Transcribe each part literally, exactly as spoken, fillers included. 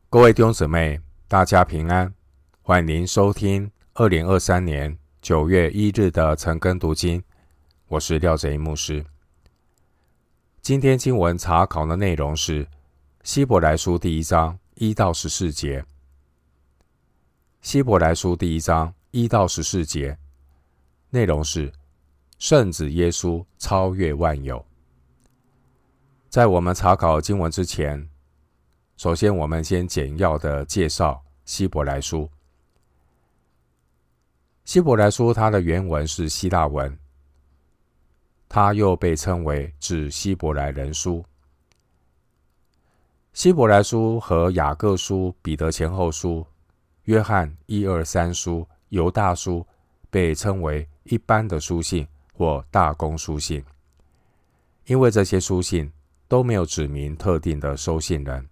各位弟兄姊妹，大家平安，欢迎您收听二零二三年九月一日的晨更读经。我是廖哲一牧师。今天经文查考的内容是希伯来书第一章一到十四节。希伯来书第一章一到十四节内容是圣子耶稣超越万有。在我们查考经文之前，首先我们先简要的介绍希伯来书。希伯来书它的原文是希腊文，它又被称为指希伯来人书。希伯来书和雅各书、彼得前后书、约翰一二三书、犹大书被称为一般的书信或大公书信，因为这些书信都没有指明特定的收信人。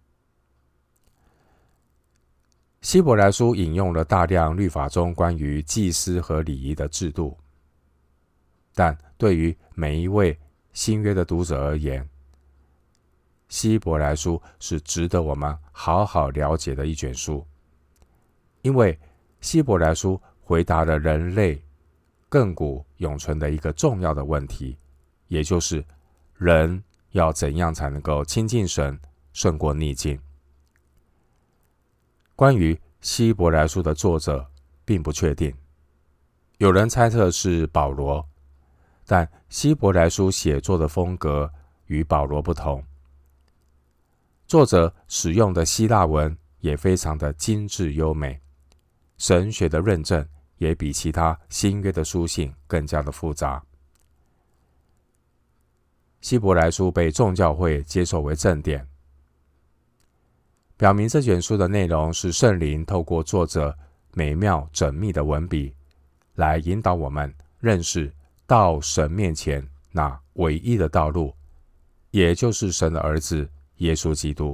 希伯来书引用了大量律法中关于祭司和礼仪的制度，但对于每一位新约的读者而言，希伯来书是值得我们好好了解的一卷书，因为希伯来书回答了人类亘古永存的一个重要的问题，也就是人要怎样才能够亲近神，胜过逆境。关于希伯来书的作者并不确定，有人猜测是保罗，但希伯来书写作的风格与保罗不同。作者使用的希腊文也非常的精致优美，神学的论证也比其他新约的书信更加的复杂。希伯来书被众教会接受为正典，表明这卷书的内容是圣灵透过作者美妙缜密的文笔，来引导我们认识到神面前那唯一的道路，也就是神的儿子耶稣基督。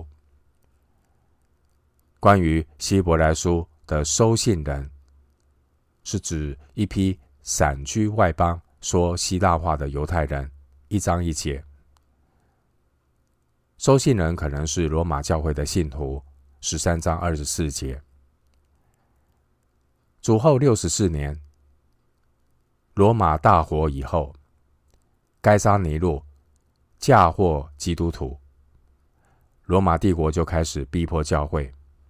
关于希伯来书的收信人，是指一批散居外邦说希腊话的犹太人，一章一节。收信人可能是罗马教会的信徒，十三章二十四节。主后六十四年，罗马大火以后，该撒尼路嫁祸基督徒，罗马帝国就开始逼迫教会。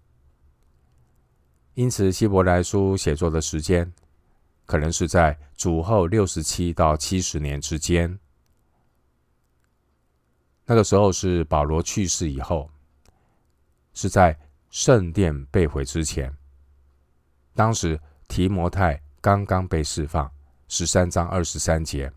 因此希伯来书写作的时间可能是在主后六十七到七十年之间。那个时候是保罗去世以后，是在圣殿被毁之前。当时提摩太刚刚被释放，十三章二十三节。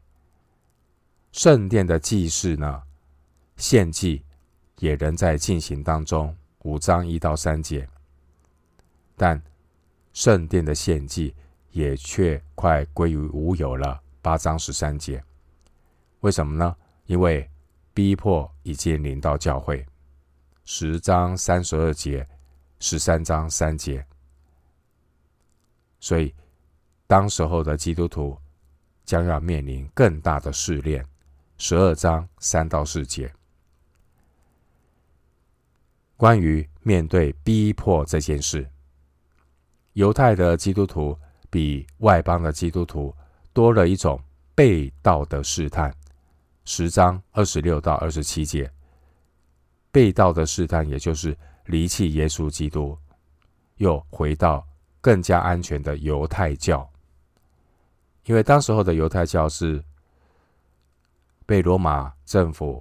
圣殿的祭祀呢，献祭也仍在进行当中，五章一到三节。但圣殿的献祭也却快归于无有了，八章十三节。为什么呢？因为逼迫已经临到教会，十章三十二节，十三章三节。所以当时候的基督徒将要面临更大的试炼，十二章三到四节。关于面对逼迫这件事，犹太的基督徒比外邦的基督徒多了一种被道的试探，十章二十六到二十七节。被道的试探也就是离弃耶稣基督，又回到更加安全的犹太教。因为当时候的犹太教是被罗马政府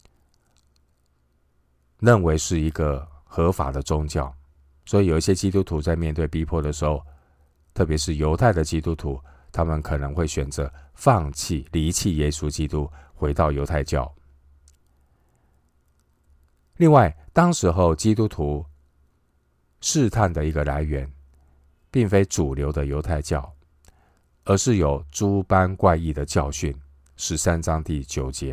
认为是一个合法的宗教，所以有一些基督徒在面对逼迫的时候，特别是犹太的基督徒，他们可能会选择放弃、离弃耶稣基督，回到犹太教。另外，当时候基督徒试探的一个来源，并非主流的犹太教，而是有诸般怪异的教训，十三章第九节。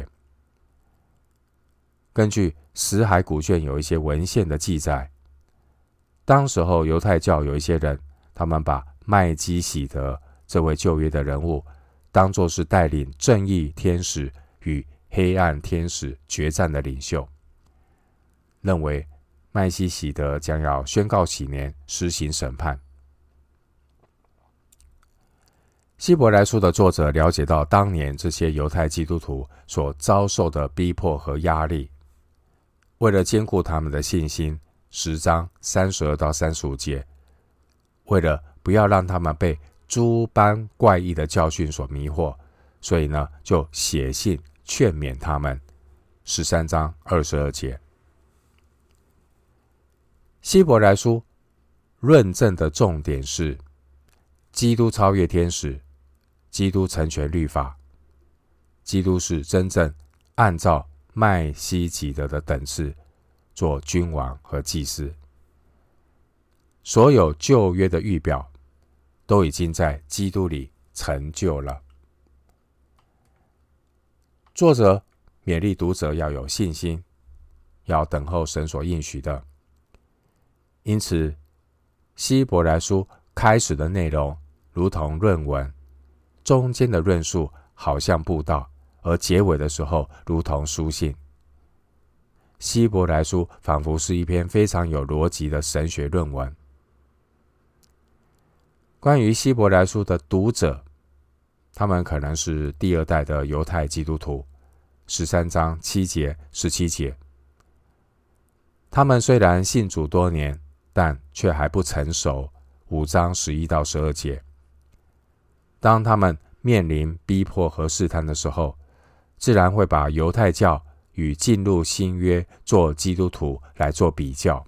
根据死海古卷有一些文献的记载，当时候犹太教有一些人，他们把麦基洗德这位旧约的人物当作是带领正义天使与黑暗天使决战的领袖，认为麦基洗德将要宣告禧年，施行审判。希伯来书的作者了解到当年这些犹太基督徒所遭受的逼迫和压力，为了坚固他们的信心，十章三十二到三十五节，为了不要让他们被诸般怪异的教训所迷惑，所以呢，就写信劝勉他们。十三章二十二节，希伯来书论证的重点是基督超越天使，基督成全律法，基督是真正按照麦基洗德的等次做君王和祭司。所有旧约的预表都已经在基督里成就了。作者勉励读者要有信心，要等候神所应许的。因此，希伯来书开始的内容如同论文，中间的论述好像布道，而结尾的时候如同书信。希伯来书仿佛是一篇非常有逻辑的神学论文。关于希伯来书的读者，他们可能是第二代的犹太基督徒。十三章七节、十七节，他们虽然信主多年，但却还不成熟。五章十一到十二节，当他们面临逼迫和试探的时候，自然会把犹太教与进入新约做基督徒来做比较。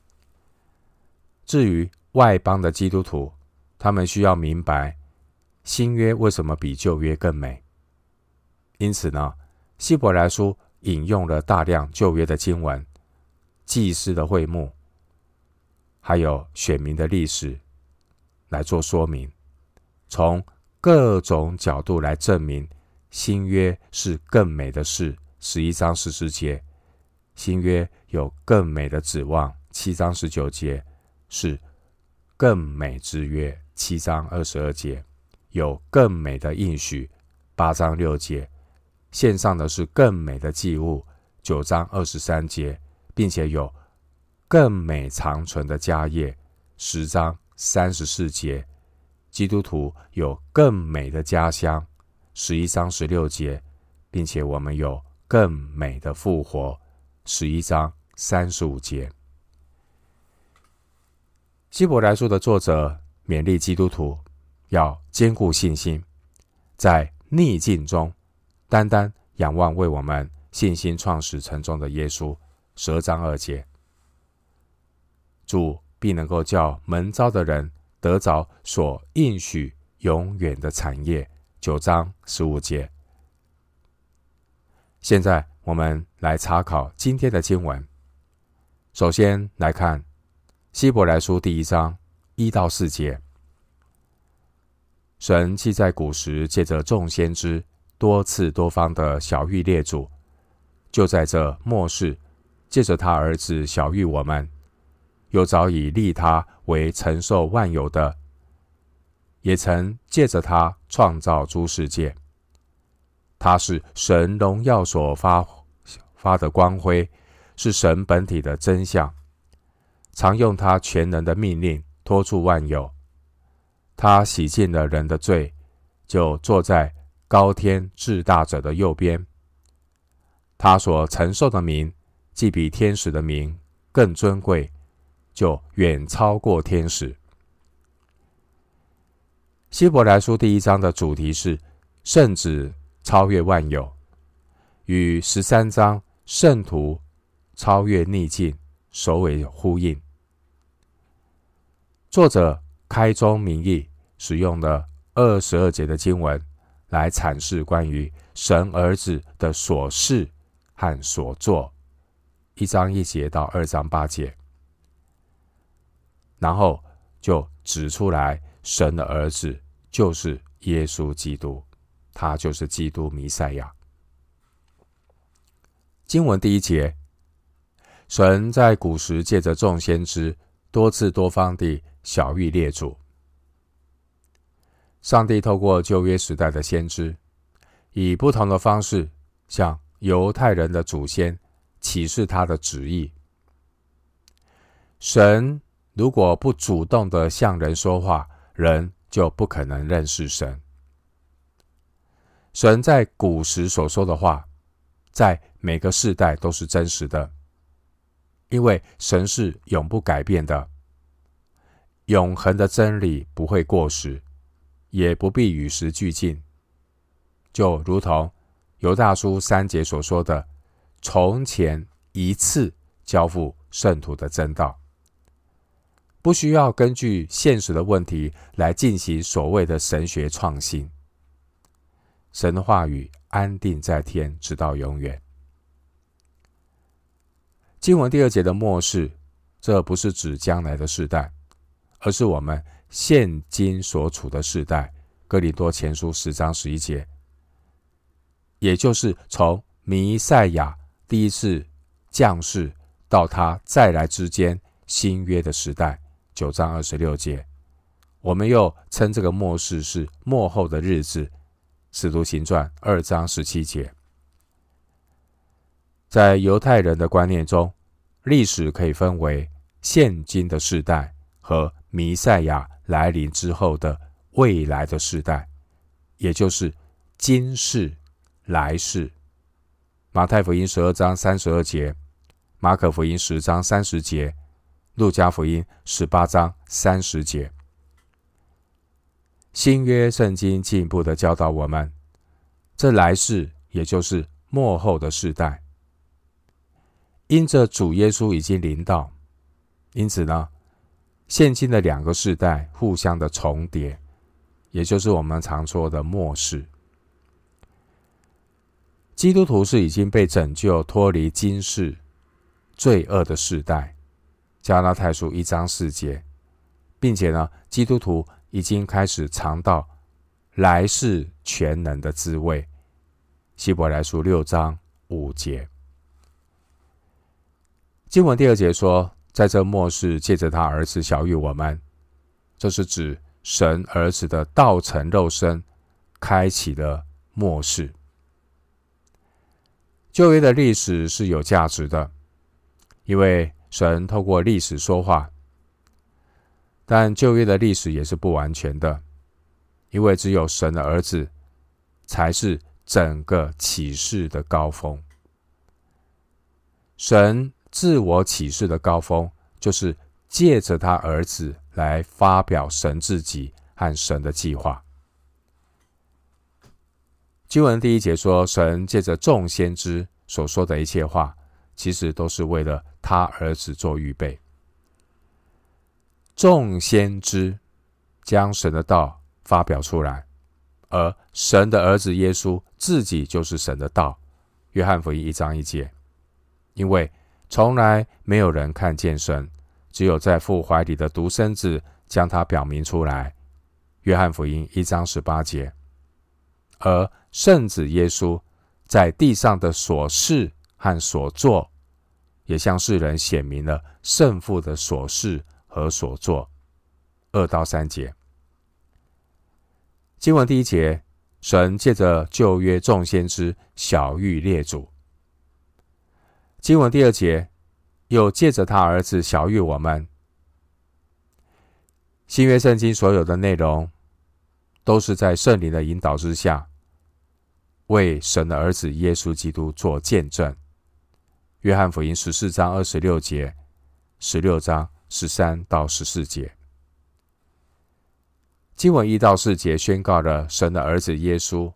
至于外邦的基督徒，他们需要明白新约为什么比旧约更美。因此呢，希伯来书引用了大量旧约的经文、祭司的会幕，还有选民的历史来做说明，从各种角度来证明新约是更美的事。十一章十四节，新约有更美的指望。七章十九节是更美之约。七章二十二节有更美的应许。八章六节献上的是更美的祭物。九章二十三节，并且有更美长存的家业。十章三十四节，基督徒有更美的家乡。十一章十六节，并且我们有更美的复活。十一章三十五节。希伯来书的作者勉励基督徒要坚固信心，在逆境中单单仰望为我们信心创始成终的耶稣。十二章二节，主必能够叫蒙召的人得着所应许永远的产业。九章十五节。现在我们来查考今天的经文。首先来看希伯来书第一章一到四节。神既在古时借着众先知多次多方的晓谕列祖，就在这末世借着他儿子晓谕我们，又早已立他为承受万有的，也曾借着他创造诸世界。他是神荣耀所发发的光辉，是神本体的真相，常用他全能的命令托住万有。他洗净了人的罪，就坐在高天至大者的右边。他所承受的名，既比天使的名更尊贵，就远超过天使。希伯来书第一章的主题是圣子超越万有，与十三章圣徒超越逆境首尾呼应。作者开宗明义使用了二十二节的经文来阐释关于神儿子的所事和所做，一章一节到二章八节，然后就指出来神的儿子就是耶稣基督，他就是基督弥赛亚。经文第一节，神在古时借着众先知多次多方地晓谕列祖。上帝透过旧约时代的先知，以不同的方式向犹太人的祖先启示他的旨意。 神如果不主动的向人说话，人就不可能认识神。神在古时所说的话，在每个世代都是真实的，因为神是永不改变的，永恒的真理不会过时，也不必与时俱进。就如同犹大书三节所说的，从前一次交付圣徒的真道，不需要根据现实的问题来进行所谓的神学创新。神的话语安定在天，直到永远。经文第二节的末世，这不是指将来的世代，而是我们现今所处的世代。哥林多前书十章十一节，也就是从弥赛亚第一次降世到他再来之间新约的时代。九章二十六节，我们又称这个末世是末后的日子。使徒行传二章十七节。在犹太人的观念中，历史可以分为现今的世代和弥赛亚来临之后的未来的世代，也就是今世、来世。马太福音十二章三十二节，马可福音十章三十节，路加福音十八章三十节。新约圣经进一步的教导我们，这来世也就是末后的世代，因着主耶稣已经临到，因此呢，现今的两个世代互相的重叠，也就是我们常说的末世。基督徒是已经被拯救脱离今世罪恶的世代，加拉太书一章四节，并且呢，基督徒已经开始尝到来世全能的滋味。希伯来书六章五节。经文第二节说，在这末世借着他儿子晓谕我们，这是指神儿子的道成肉身开启了末世。旧约的历史是有价值的，因为神透过历史说话，但旧约的历史也是不完全的，因为只有神的儿子才是整个启示的高峰。神自我启示的高峰，就是借着他儿子来发表神自己和神的计划。经文第一节说，神借着众先知所说的一切话，其实都是为了他儿子做预备。众先知将神的道发表出来，而神的儿子耶稣自己就是神的道。约翰福音一章一节，因为从来没有人看见神，只有在父怀里的独生子将他表明出来。约翰福音一章十八节。而圣子耶稣在地上的所事和所做，也向世人显明了圣父的所事和所做。二到三节。经文第一节，神借着旧约众先知晓谕列祖。经文第二节，又借着他儿子晓谕我们。新约圣经所有的内容，都是在圣灵的引导之下，为神的儿子耶稣基督做见证。约翰福音十四章二十六节，十六章十三到十四节。经文一到四节宣告了神的儿子耶稣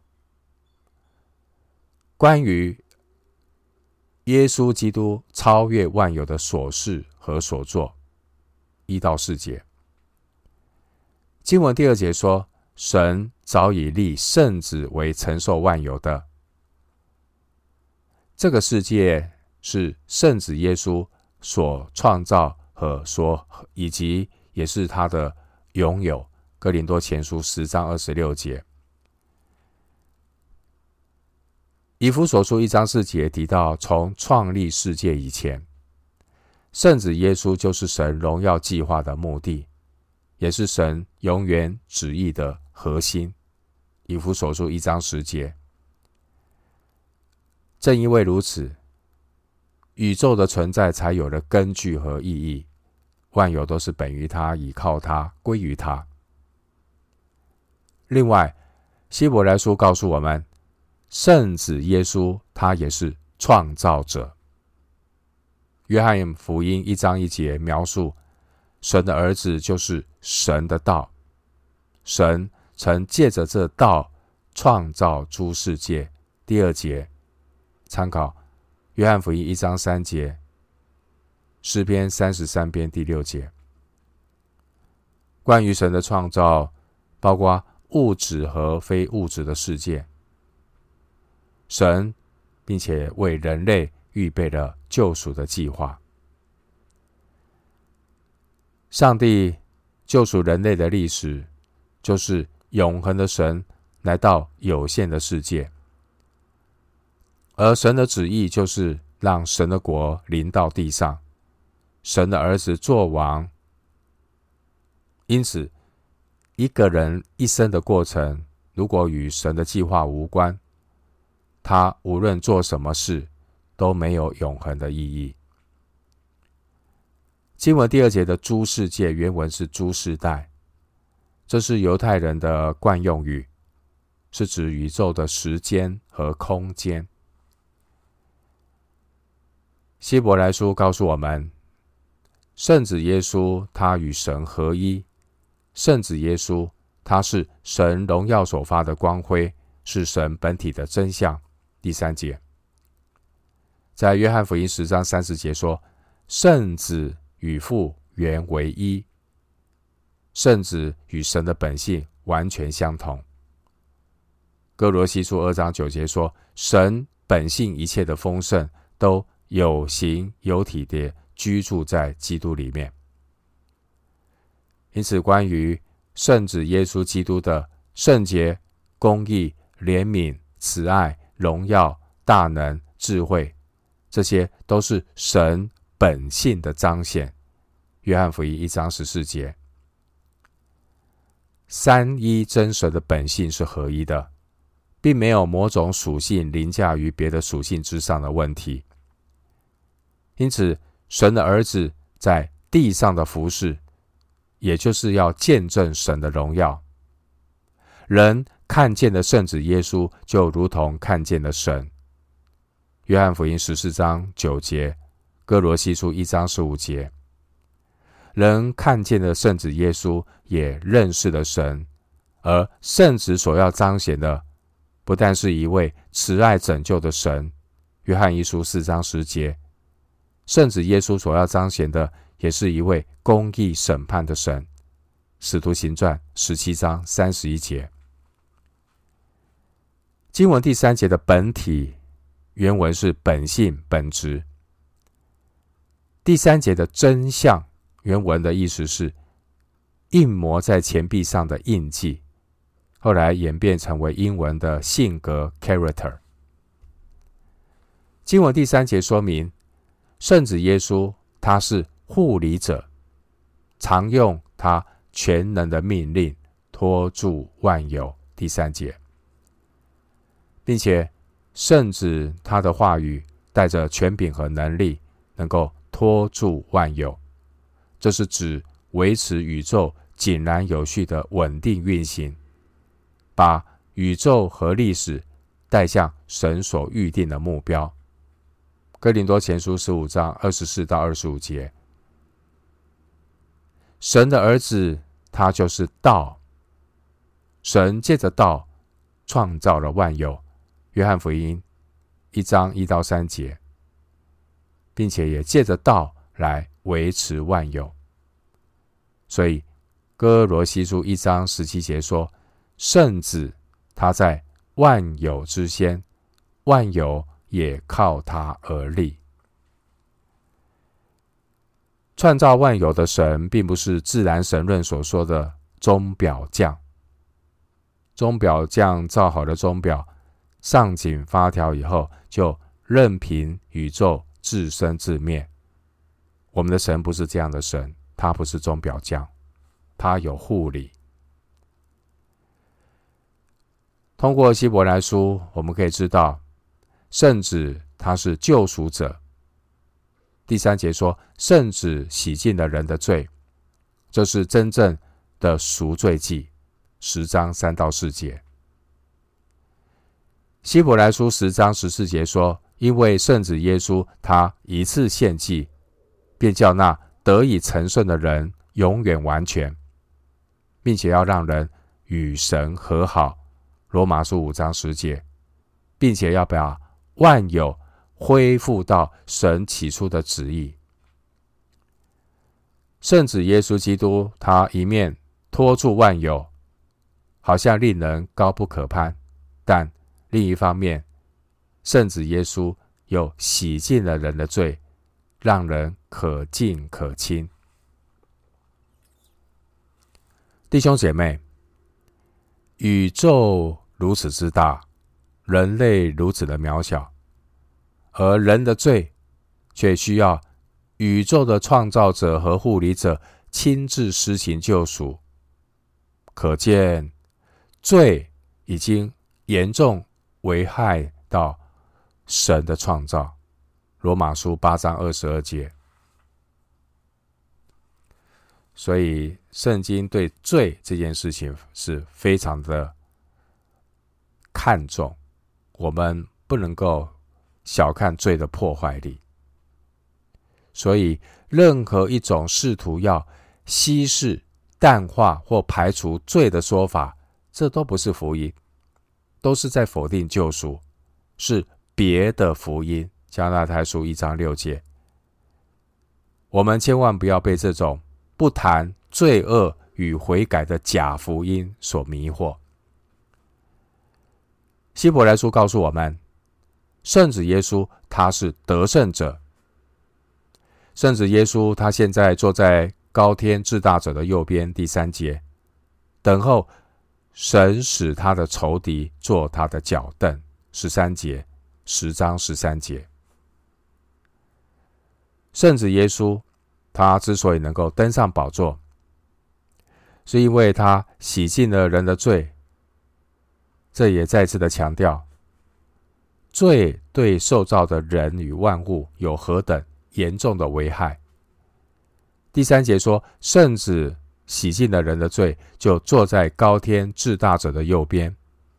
关于耶稣基督超越万有的所事和所作。一到四节。经文第二节说，神早已立圣子为承受万有的。这个世界是圣子耶稣所创造和所以及也是他的拥有。哥林多前书十章二十六节。以弗所书一章四节提到，从创立世界以前，圣子耶稣就是神荣耀计划的目的，也是神永远旨意的核心。以弗所书一章十节。正因为如此，宇宙的存在才有了根据和意义， 万有都是本于他，倚靠他，归于他。另外，希伯来书告诉我们，圣子耶稣他也是创造者。约翰福音一章一节描述，神的儿子就是神的道，神曾借着这道创造诸世界。第二节参考约翰福音一章三节，诗篇三十三篇第六节。关于神的创造，包括物质和非物质的世界，神并且为人类预备了救赎的计划。上帝救赎人类的历史，就是永恒的神来到有限的世界，而神的旨意就是让神的国临到地上，神的儿子作王。因此，一个人一生的过程，如果与神的计划无关，他无论做什么事都没有永恒的意义。经文第二节的诸世界原文是诸世代，这是犹太人的惯用语，是指宇宙的时间和空间。希伯来书告诉我们，圣子耶稣他与神合一，圣子耶稣他是神荣耀所发的光辉，是神本体的真相。第三节，在约翰福音十章三十节说，圣子与父原为一，圣子与神的本性完全相同。哥罗西书二章九节说，神本性一切的丰盛都有形有体地居住在基督里面。因此，关于圣子耶稣基督的圣洁、公义、怜悯、慈爱、荣耀、大能、智慧，这些都是神本性的彰显。约翰福音一章十四节，三一真神的本性是合一的，并没有某种属性凌驾于别的属性之上的问题。因此，神的儿子在地上的服事，也就是要见证神的荣耀。人看见的圣子耶稣，就如同看见了神。约翰福音十四章九节，哥罗西书一章十五节，人看见的圣子耶稣，也认识了神，而圣子所要彰显的，不但是一位慈爱拯救的神，约翰一书四章十节，圣子耶稣所要彰显的，也是一位公义审判的神，使徒行传十七章三十一节。经文第三节的本体，原文是本性、本质。第三节的真相，原文的意思是印模在钱币上的印记，后来演变成为英文的性格 character。 经文第三节说明，圣子耶稣他是护理者，常用他全能的命令托住万有。第三节，并且圣子他的话语带着权柄和能力，能够托住万有，这是指维持宇宙井然有序的稳定运行，把宇宙和历史带向神所预定的目标。哥林多前书十五章二十四到二十五节，神的儿子他就是道，神借着道创造了万有，约翰福音一章一到三节，并且也借着道来维持万有。所以哥罗西书一章十七节说，圣子他在万有之先，万有也靠他而立。创造万有的神并不是自然神论所说的钟表匠，钟表匠造好了钟表，上紧发条以后，就任凭宇宙自生自灭。我们的神不是这样的神，他不是钟表匠，他有护理。通过希伯来书，我们可以知道，圣子他是救赎者， 第三节说，圣子洗净了人的罪，这是真正的赎罪祭。十章三到四节。希伯来书十章十四节说，因为圣子耶稣他一次献祭，便叫那得以成圣的人永远完全，并且要让人与神和好。罗马书五章十节，并且要把万有恢复到神起初的旨意。圣子耶稣基督他一面托住万有，好像令人高不可攀，但另一方面，圣子耶稣又洗净了人的罪，让人可敬可亲。弟兄姐妹，宇宙如此之大，人类如此的渺小，而人的罪却需要宇宙的创造者和护理者亲自施行救赎。可见罪已经严重危害到神的创造。罗马书八章二十二节。所以圣经对罪这件事情是非常的看重，我们不能够小看罪的破坏力。所以任何一种试图要稀释、淡化或排除罪的说法，这都不是福音，都是在否定救赎，是别的福音。加拉太书一章六节。我们千万不要被这种不谈罪恶与悔改的假福音所迷惑。希伯来书告诉我们，圣子耶稣他是得胜者。圣子耶稣他现在坐在高天至大者的右边，第三节，等候神使他的仇敌做他的脚凳，十三节，十章十三节。圣子耶稣他之所以能够登上宝座，是因为他洗净了人的罪。这也再次的强调，罪对受造的人与万物有何等严重的危害。第三节说，圣子洗净了人的罪，就坐在高天至大者的右边。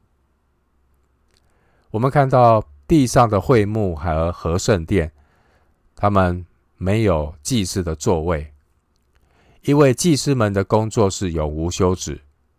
我们看到地上的会幕和和圣殿，他们没有祭司的座位，因为祭司们的工作是永无休止，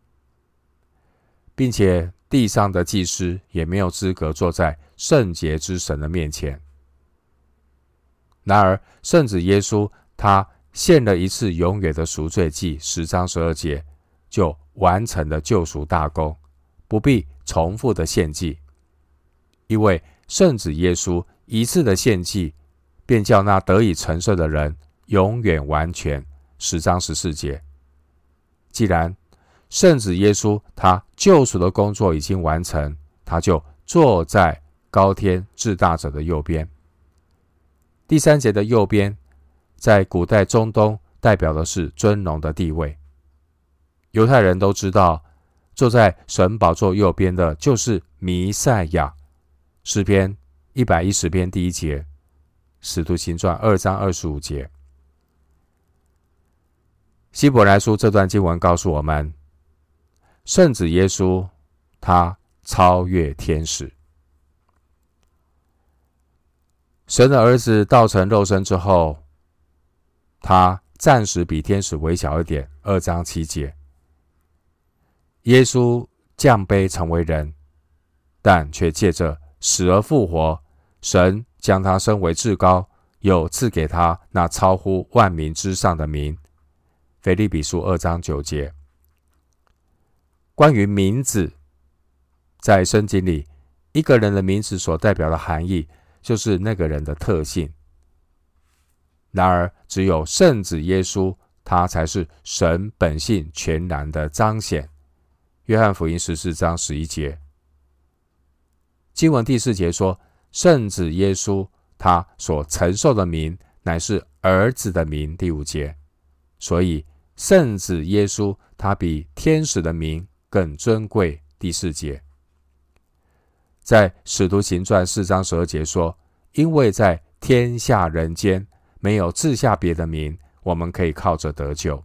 并且地上的祭司也没有资格坐在圣洁之神的面前。然而圣子耶稣他献了一次永远的赎罪祭，十章十二节，就完成了救赎大功，不必重复的献祭。因为圣子耶稣一次的献祭，便叫那得以成圣的人永远完全，十章十四节。既然圣子耶稣他救赎的工作已经完成，他就坐在高天至大者的右边。第三节的右边，在古代中东代表的是尊荣的地位。犹太人都知道，坐在神宝座右边的就是弥赛亚。诗篇一百一十篇第一节，使徒行传二章二十五节。希伯来书这段经文告诉我们，圣子耶稣他超越天使。神的儿子道成肉身之后，他暂时比天使微小一点，二章七节。耶稣降卑成为人，但却借着死而复活，神将他升为至高，又赐给他那超乎万民之上的名。腓立比书二章九节。关于名字，在圣经里，一个人的名字所代表的含义，就是那个人的特性。然而，只有圣子耶稣，他才是神本性全然的彰显。约翰福音十四章十一节。经文第四节说，圣子耶稣他所承受的名，乃是儿子的名，第五节。所以圣子耶稣他比天使的名更尊贵，第四节。在使徒行传四章十二节说，因为在天下人间没有赐下别的名，我们可以靠着得救。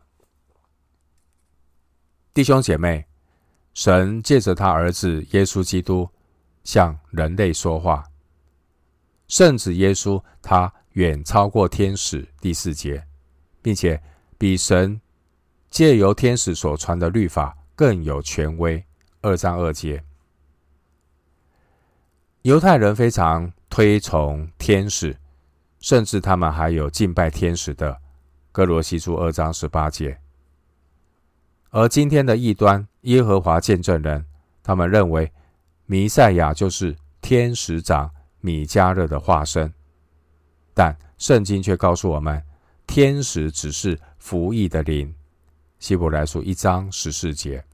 弟兄姐妹，神借着他儿子耶稣基督向人类说话。圣子耶稣他远超过天使，第四节，并且比神借由天使所传的律法更有权威，二章二节。犹太人非常推崇天使，甚至他们还有敬拜天使的，哥罗西书二章十八节。而今天的异端耶和华见证人，他们认为弥赛亚就是天使长米迦勒的化身，但圣经却告诉我们，天使只是服役的灵，希伯来书一章十四节。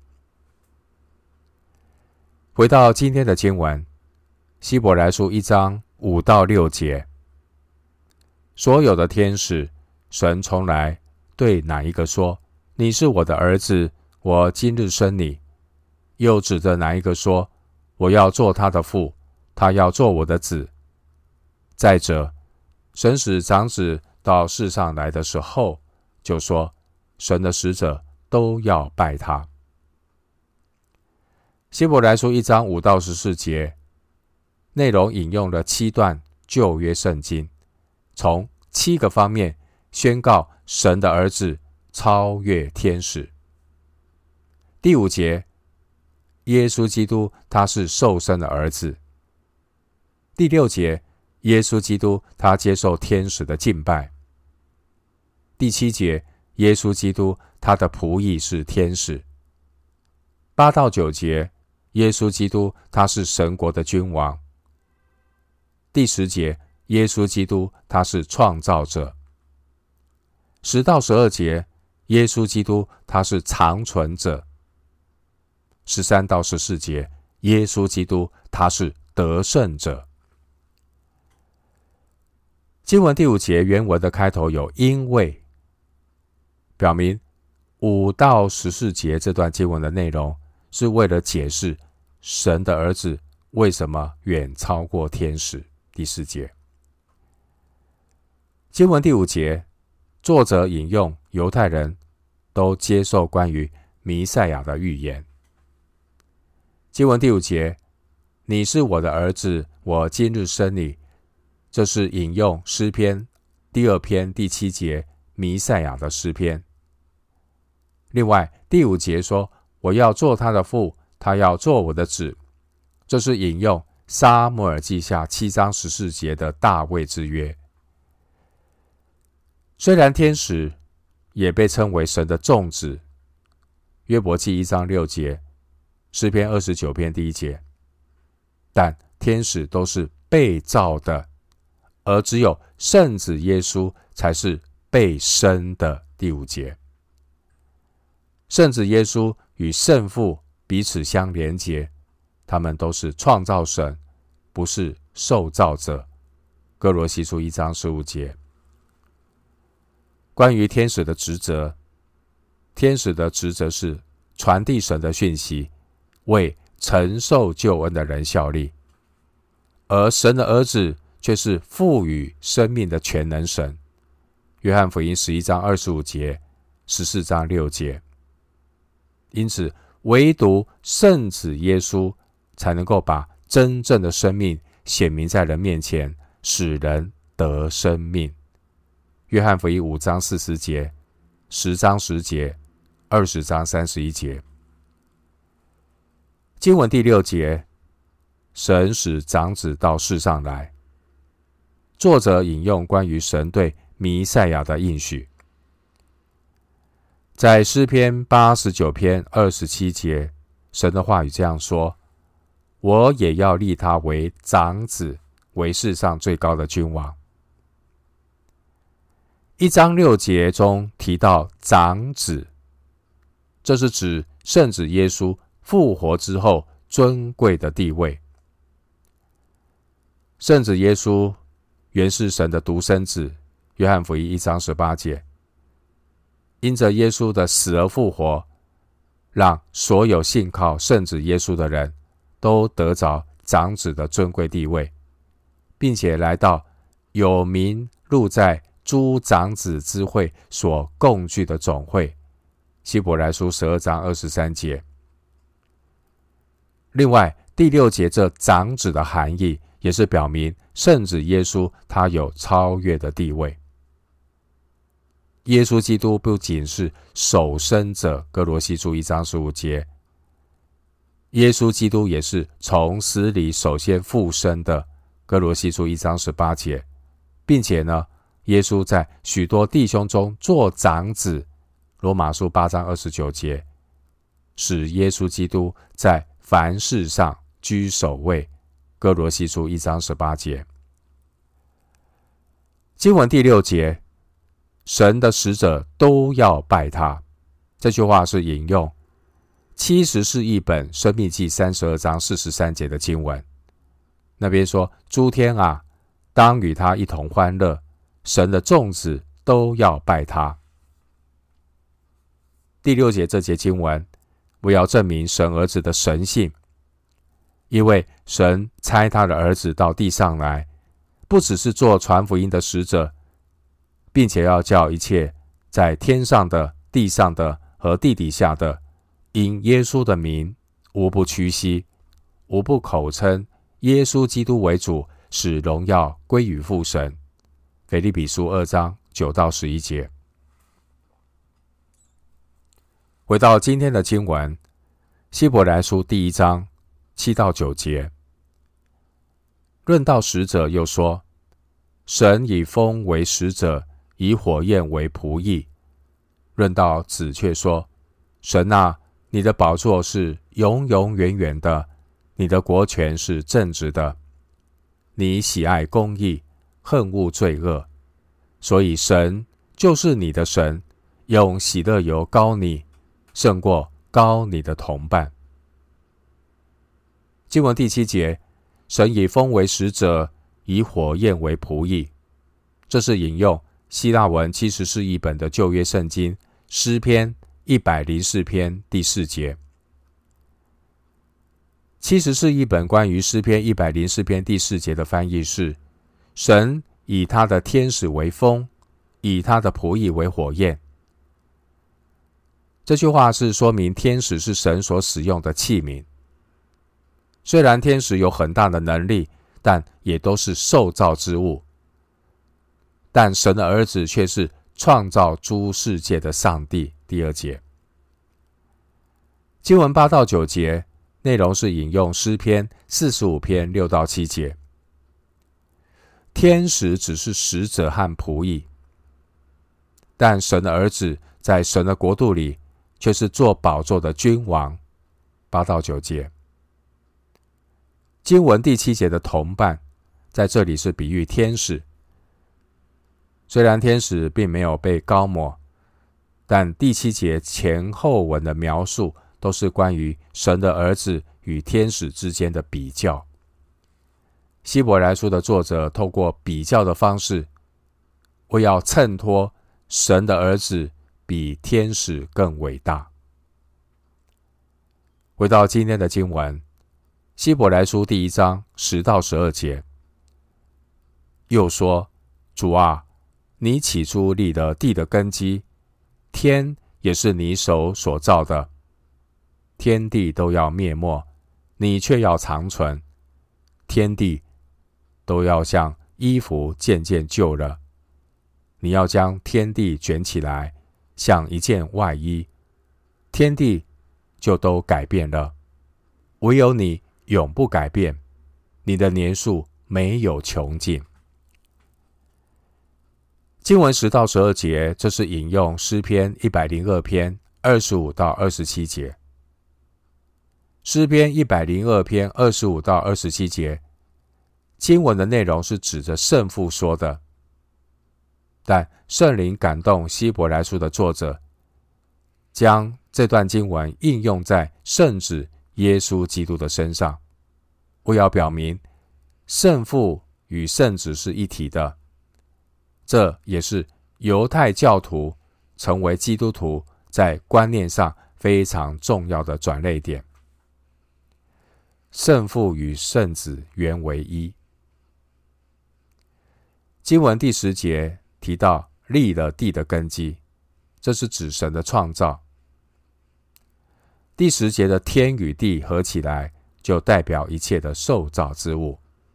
回到今天的经文，希伯来书一章五到六节，所有的天使，神从来对哪一个说，你是我的儿子，我今日生你，又指着哪一个说，我要做他的父，他要做我的子。再者，神使长子到世上来的时候，就说神的使者都要拜他。希伯来书一章五到十四节，内容引用了七段旧约圣经，从七个方面宣告神的儿子超越天使。第五节，耶稣基督他是受生的儿子。第六节，耶稣基督他接受天使的敬拜。第七节，耶稣基督他的仆役是天使。八到九节，耶稣基督他是神国的君王。第十节，耶稣基督他是创造者。十到十二节，耶稣基督他是长存者。十三到十四节，耶稣基督他是得胜者。经文第五节原文的开头有因为，表明五到十四节这段经文的内容是为了解释神的儿子为什么远超过天使。第四节，经文第五节，作者引用犹太人都接受关于弥赛亚的预言。经文第五节，你是我的儿子，我今日生你，这是引用诗篇第二篇第七节弥赛亚的诗篇。另外第五节说，我要做他的父，他要做我的子，这是引用撒母耳记下七章十四节的大卫之约。虽然天使也被称为神的众子，约伯记一章六节，诗篇二十九篇第一节，但天使都是被造的，而只有圣子耶稣才是被生的。第五节，圣子耶稣与圣父彼此相连结，他们都是创造神，不是受造者。哥罗西书一章十五节。关于天使的职责，天使的职责是传递神的讯息，为承受救恩的人效力，而神的儿子却是赋予生命的全能神。约翰福音十一章二十五节，十四章六节。因此，唯独圣子耶稣才能够把真正的生命显明在人面前，使人得生命。约翰福音五章四十节，十章十节，二十章三十一节。经文第六节，神使长子到世上来。作者引用关于神对弥赛亚的应许。在诗篇八十九篇二十七节，神的话语这样说，我也要立他为长子，为世上最高的君王。一章六节中提到长子，这是指圣子耶稣复活之后尊贵的地位。圣子耶稣原是神的独生子，约翰福音一章十八节。因着耶稣的死而复活，让所有信靠圣子耶稣的人都得着长子的尊贵地位，并且来到有名录在诸长子之会所共聚的总会。希伯来书十二章二十三节。另外，第六节这长子的含义，也是表明圣子耶稣他有超越的地位。耶稣基督不仅是首生者，哥罗西书一章十五节，耶稣基督也是从死里首先复生的，哥罗西书一章十八节，并且呢，耶稣在许多弟兄中做长子，罗马书八章二十九节，使耶稣基督在凡事上居首位，哥罗西书一章十八节。经文第六节，神的使者都要拜他，这句话是引用七十士译本申命记三十二章四十三节的经文。那边说，诸天啊，当与他一同欢乐，神的众子都要拜他。第六节这节经文，我要证明神儿子的神性，因为神差他的儿子到地上来，不只是做传福音的使者，并且要叫一切在天上的、地上的和地底下的，因耶稣的名，无不屈膝，无不口称耶稣基督为主，使荣耀归于父神。腓立比书二章九到十一节。回到今天的经文，希伯来书第一章七到九节。论到使者又说，神以风为使者，以火焰为仆役。论到子却说，神啊，你的宝座是永永远远的，你的国权是正直的，你喜爱公义，恨恶罪恶，所以神就是你的神，用喜乐油膏你，胜过膏你的同伴。经文第七节，神以风为使者，以火焰为仆役。这是引用希腊文七十士译本的旧约圣经诗篇一百零四篇第四节。七十士译本关于诗篇一百零四篇第四节的翻译是，神以他的天使为风，以他的仆役为火焰。这句话是说明天使是神所使用的器皿。虽然天使有很大的能力，但也都是受造之物。但神的儿子却是创造诸世界的上帝。第二节。经文八到九节内容是引用诗篇四十五篇六到七节。天使只是使者和仆役，但神的儿子在神的国度里却是做宝座的君王。八到九节。经文第七节的同伴，在这里是比喻天使。虽然天使并没有被膏抹，但第七节前后文的描述都是关于神的儿子与天使之间的比较。希伯来书的作者透过比较的方式，为要衬托神的儿子比天使更伟大。回到今天的经文，希伯来书第一章十到十二节，又说，主啊，你起初立了地的根基，天也是你手所造的，天地都要灭没，你却要长存，天地都要像衣服渐渐旧了，你要将天地卷起来，像一件外衣，天地就都改变了，唯有你永不改变，你的年数没有穷尽。经文十到十二节，这是引用诗篇一百零二篇二十五到二十七节。诗篇一百零二篇二十五到二十七节，经文的内容是指着圣父说的，但圣灵感动希伯来书的作者，将这段经文应用在圣子耶稣基督的身上，为要表明圣父与圣子是一体的。这也是犹太教徒成为基督徒在观念上非常重要的转捩点。圣父与圣子原为一。经文第十节提提到立了地的根基，这是指神的创造。第十节的天与地合起来，就代表一切的受造之物。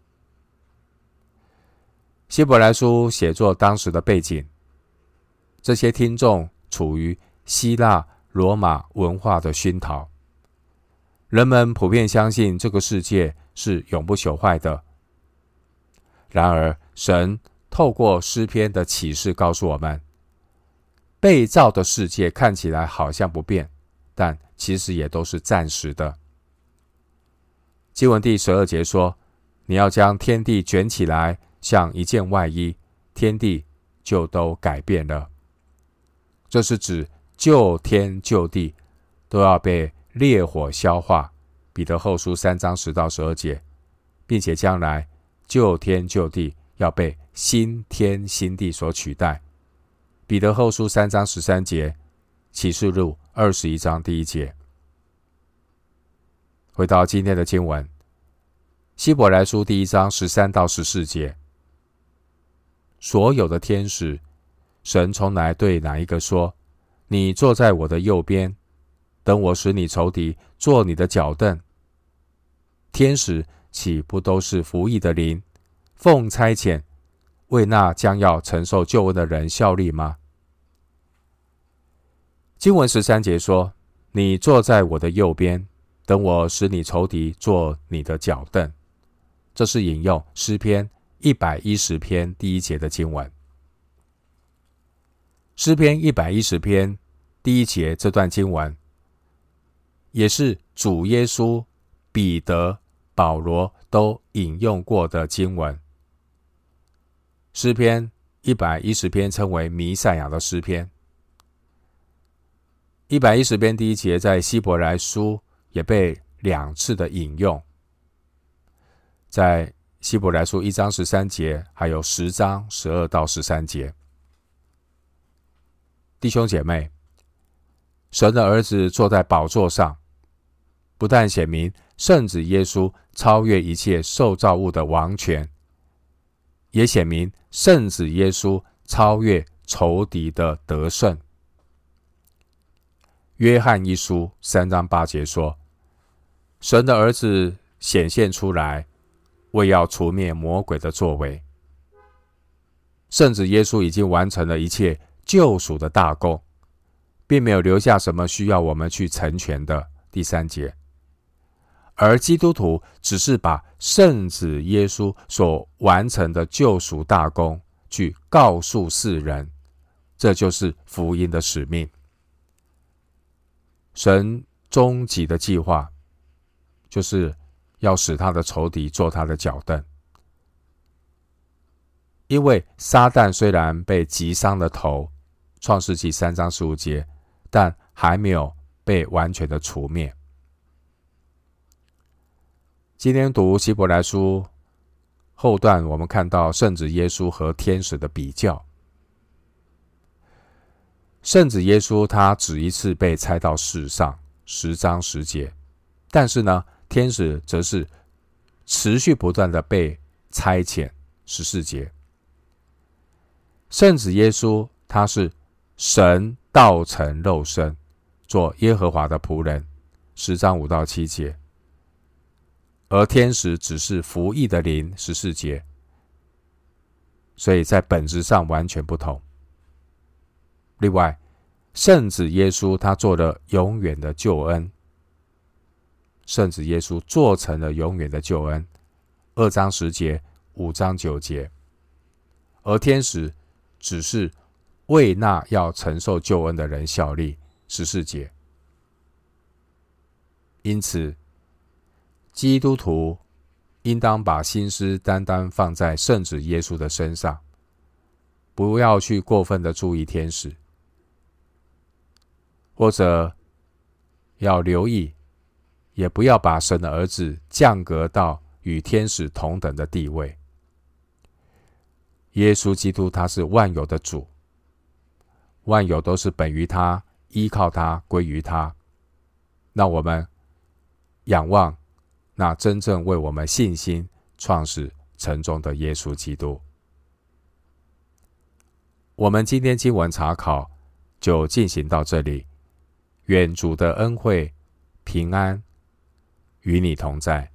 希伯来书写作当时的背景，这些听众处于希腊、罗马文化的熏陶，人们普遍相信这个世界是永不朽坏的。然而，神透过诗篇的启示告诉我们，被造的世界看起来好像不变，但其实也都是暂时的。经文第十二节说，你要将天地卷起来，像一件外衣，天地就都改变了。这是指旧天旧地都要被烈火消化，彼得后书三章十到十二节，并且将来旧天旧地要被新天新地所取代，彼得后书三章十三节，启示录二十一章第一节。回到今天的经文，希伯来书第一章十三到十四节，所有的天使，神从来对哪一个说，你坐在我的右边，等我使你仇敌坐你的脚凳？天使岂不都是服役的灵，奉差遣为那将要承受救恩的人效力吗？经文十三节说，你坐在我的右边，等我使你仇敌坐你的脚凳。这是引用诗篇一百一十篇第一节的经文。诗篇一百一十篇第一节这段经文，也是主耶稣、彼得、保罗都引用过的经文。诗篇一百一十篇称为弥赛亚的诗篇。一百一十篇第一节在希伯来书也被两次的引用，在希伯来书一章十三节，还有十章十二到十三节。弟兄姐妹，神的儿子坐在宝座上，不但显明圣子耶稣超越一切受造物的王权，也显明圣子耶稣超越仇敌的得胜。约翰一书三章八节说，神的儿子显现出来，为要除灭魔鬼的作为。圣子耶稣已经完成了一切救赎的大功，并没有留下什么需要我们去成全的。第三节，而基督徒只是把圣子耶稣所完成的救赎大功去告诉世人，这就是福音的使命。神终极的计划就是要使他的仇敌坐他的脚凳。因为撒旦虽然被击伤了头，创世纪三章十五节，但还没有被完全的除灭。今天读希伯来书后段，我们看到圣子耶稣和天使的比较。圣子耶稣他只一次被差到世上，十章十节，但是呢，天使则是持续不断的被差遣，十四节。圣子耶稣他是神道成肉身，做耶和华的仆人，十章五到七节。而天使只是服役的灵，十四节。所以在本质上完全不同。另外，圣子耶稣他做了永远的救恩，圣子耶稣做成了永远的救恩，二章十节，五章九节。而天使只是为那要承受救恩的人效力，十四节。因此，基督徒应当把心思单单放在圣子耶稣的身上，不要去过分的注意天使，或者要留意，也不要把神的儿子降格到与天使同等的地位。耶稣基督他是万有的主，万有都是本于他，依靠他，归于他。让我们仰望那真正为我们信心创始成终的耶稣基督。 我们今天经文查考就进行到这里。愿主的恩惠、平安与你同在。